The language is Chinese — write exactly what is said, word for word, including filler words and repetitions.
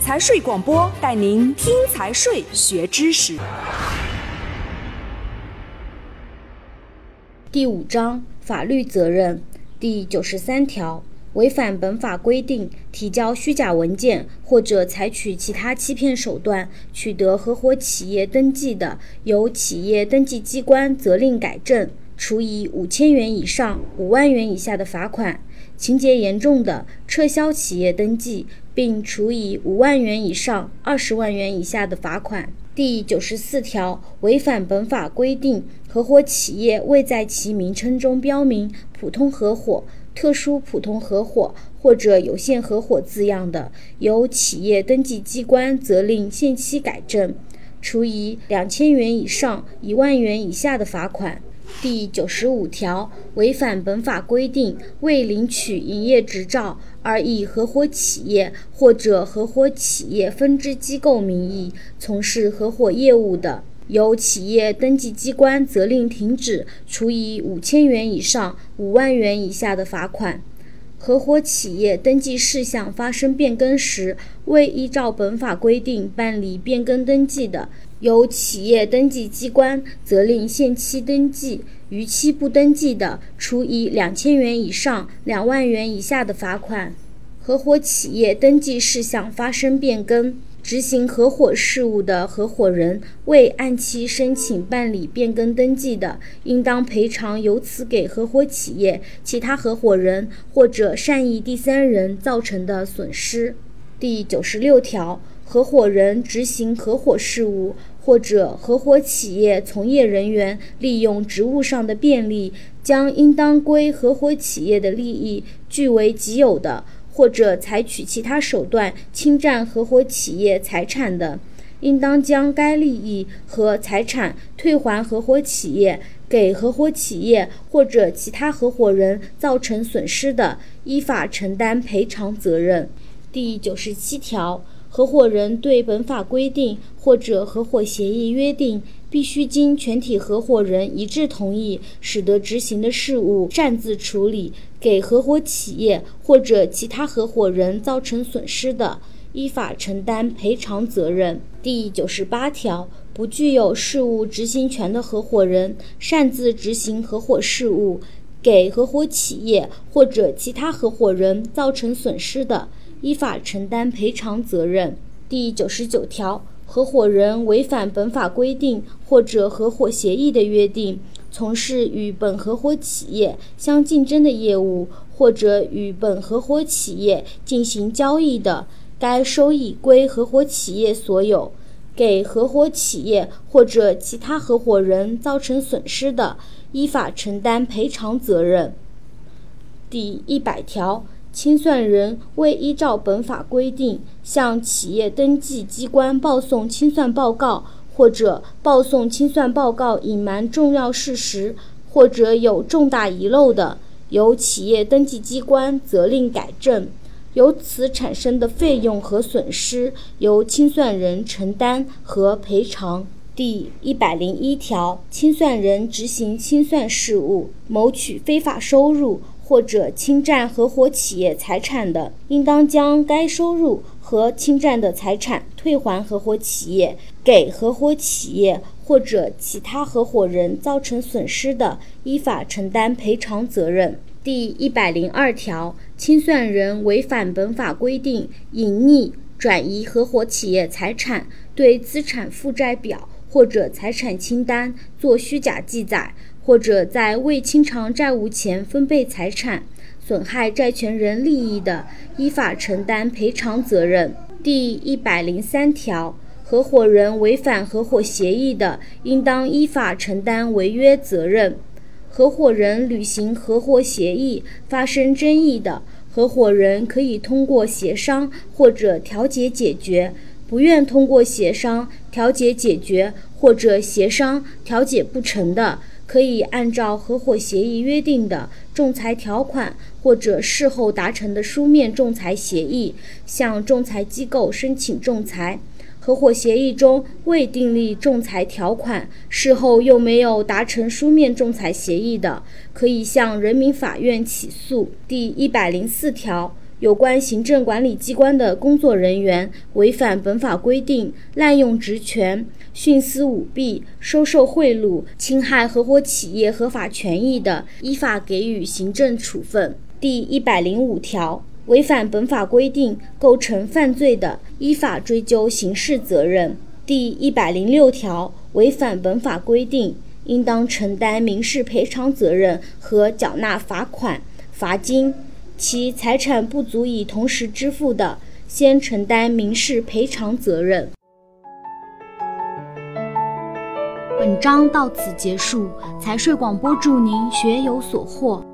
财税广播带您听财税学知识。 第五章法律责任第九十三条，违反本法规定提交虚假文件或者采取其他欺骗手段取得合伙企业登记的，由企业登记机关责令改正，处以五千元以上五万元以下的罚款；情节严重的，撤销企业登记，并处以五万元以上二十万元以下的罚款。第九十四条，违反本法规定，合伙企业未在其名称中标明普通合伙、特殊普通合伙或者有限合伙字样的，由企业登记机关责令限期改正，处以两千元以上一万元以下的罚款。第九十五条，违反本法规定，未领取营业执照而以合伙企业或者合伙企业分支机构名义从事合伙业务的，由企业登记机关责令停止，处以五千元以上五万元以下的罚款。合伙企业登记事项发生变更时，未依照本法规定办理变更登记的，由企业登记机关责令限期登记，逾期不登记的，处以两千元以上两万元以下的罚款。合伙企业登记事项发生变更，执行合伙事务的合伙人未按期申请办理变更登记的，应当赔偿由此给合伙企业、其他合伙人或者善意第三人造成的损失。第九十六条，合伙人执行合伙事务，或者合伙企业从业人员利用职务上的便利，将应当归合伙企业的利益据为己有的，或者采取其他手段侵占合伙企业财产的，应当将该利益和财产退还合伙企业，给合伙企业或者其他合伙人造成损失的，依法承担赔偿责任。第九十七条，合伙人对本法规定或者合伙协议约定必须经全体合伙人一致同意，使得执行的事务擅自处理，给合伙企业或者其他合伙人造成损失的，依法承担赔偿责任。第九十八条，不具有事务执行权的合伙人擅自执行合伙事务，给合伙企业或者其他合伙人造成损失的，依法承担赔偿责任。第九十九条，合伙人违反本法规定或者合伙协议的约定，从事与本合伙企业相竞争的业务，或者与本合伙企业进行交易的，该收益归合伙企业所有，给合伙企业或者其他合伙人造成损失的，依法承担赔偿责任。第一百条，清算人未依照本法规定向企业登记机关报送清算报告，或者报送清算报告隐瞒重要事实，或者有重大遗漏的，由企业登记机关责令改正，由此产生的费用和损失由清算人承担和赔偿。第一百零一条，清算人执行清算事务，谋取非法收入或者侵占合伙企业财产的，应当将该收入和侵占的财产退还合伙企业，给合伙企业或者其他合伙人造成损失的，依法承担赔偿责任。第一百零二条，清算人违反本法规定，隐匿、转移合伙企业财产，对资产负债表或者财产清单做虚假记载，或者在未清偿债务前分配财产，损害债权人利益的，依法承担赔偿责任。第一百零三条，合伙人违反合伙协议的，应当依法承担违约责任。合伙人履行合伙协议发生争议的，合伙人可以通过协商或者调解解决，不愿通过协商、调解解决或者协商、调解不成的，可以按照合伙协议约定的仲裁条款或者事后达成的书面仲裁协议，向仲裁机构申请仲裁。合伙协议中未订立仲裁条款，事后又没有达成书面仲裁协议的，可以向人民法院起诉。第一百零四条， 有关行政管理机关的工作人员违反本法规定、滥用职权、徇私舞弊、收受贿赂、侵害合伙企业合法权益的，依法给予行政处分。第一百零五条，违反本法规定构成犯罪的，依法追究刑事责任。第一百零六条，违反本法规定，应当承担民事赔偿责任和缴纳罚款、罚金，其财产不足以同时支付的，先承担民事赔偿责任。 本章到此结束，财税广播祝您学有所获。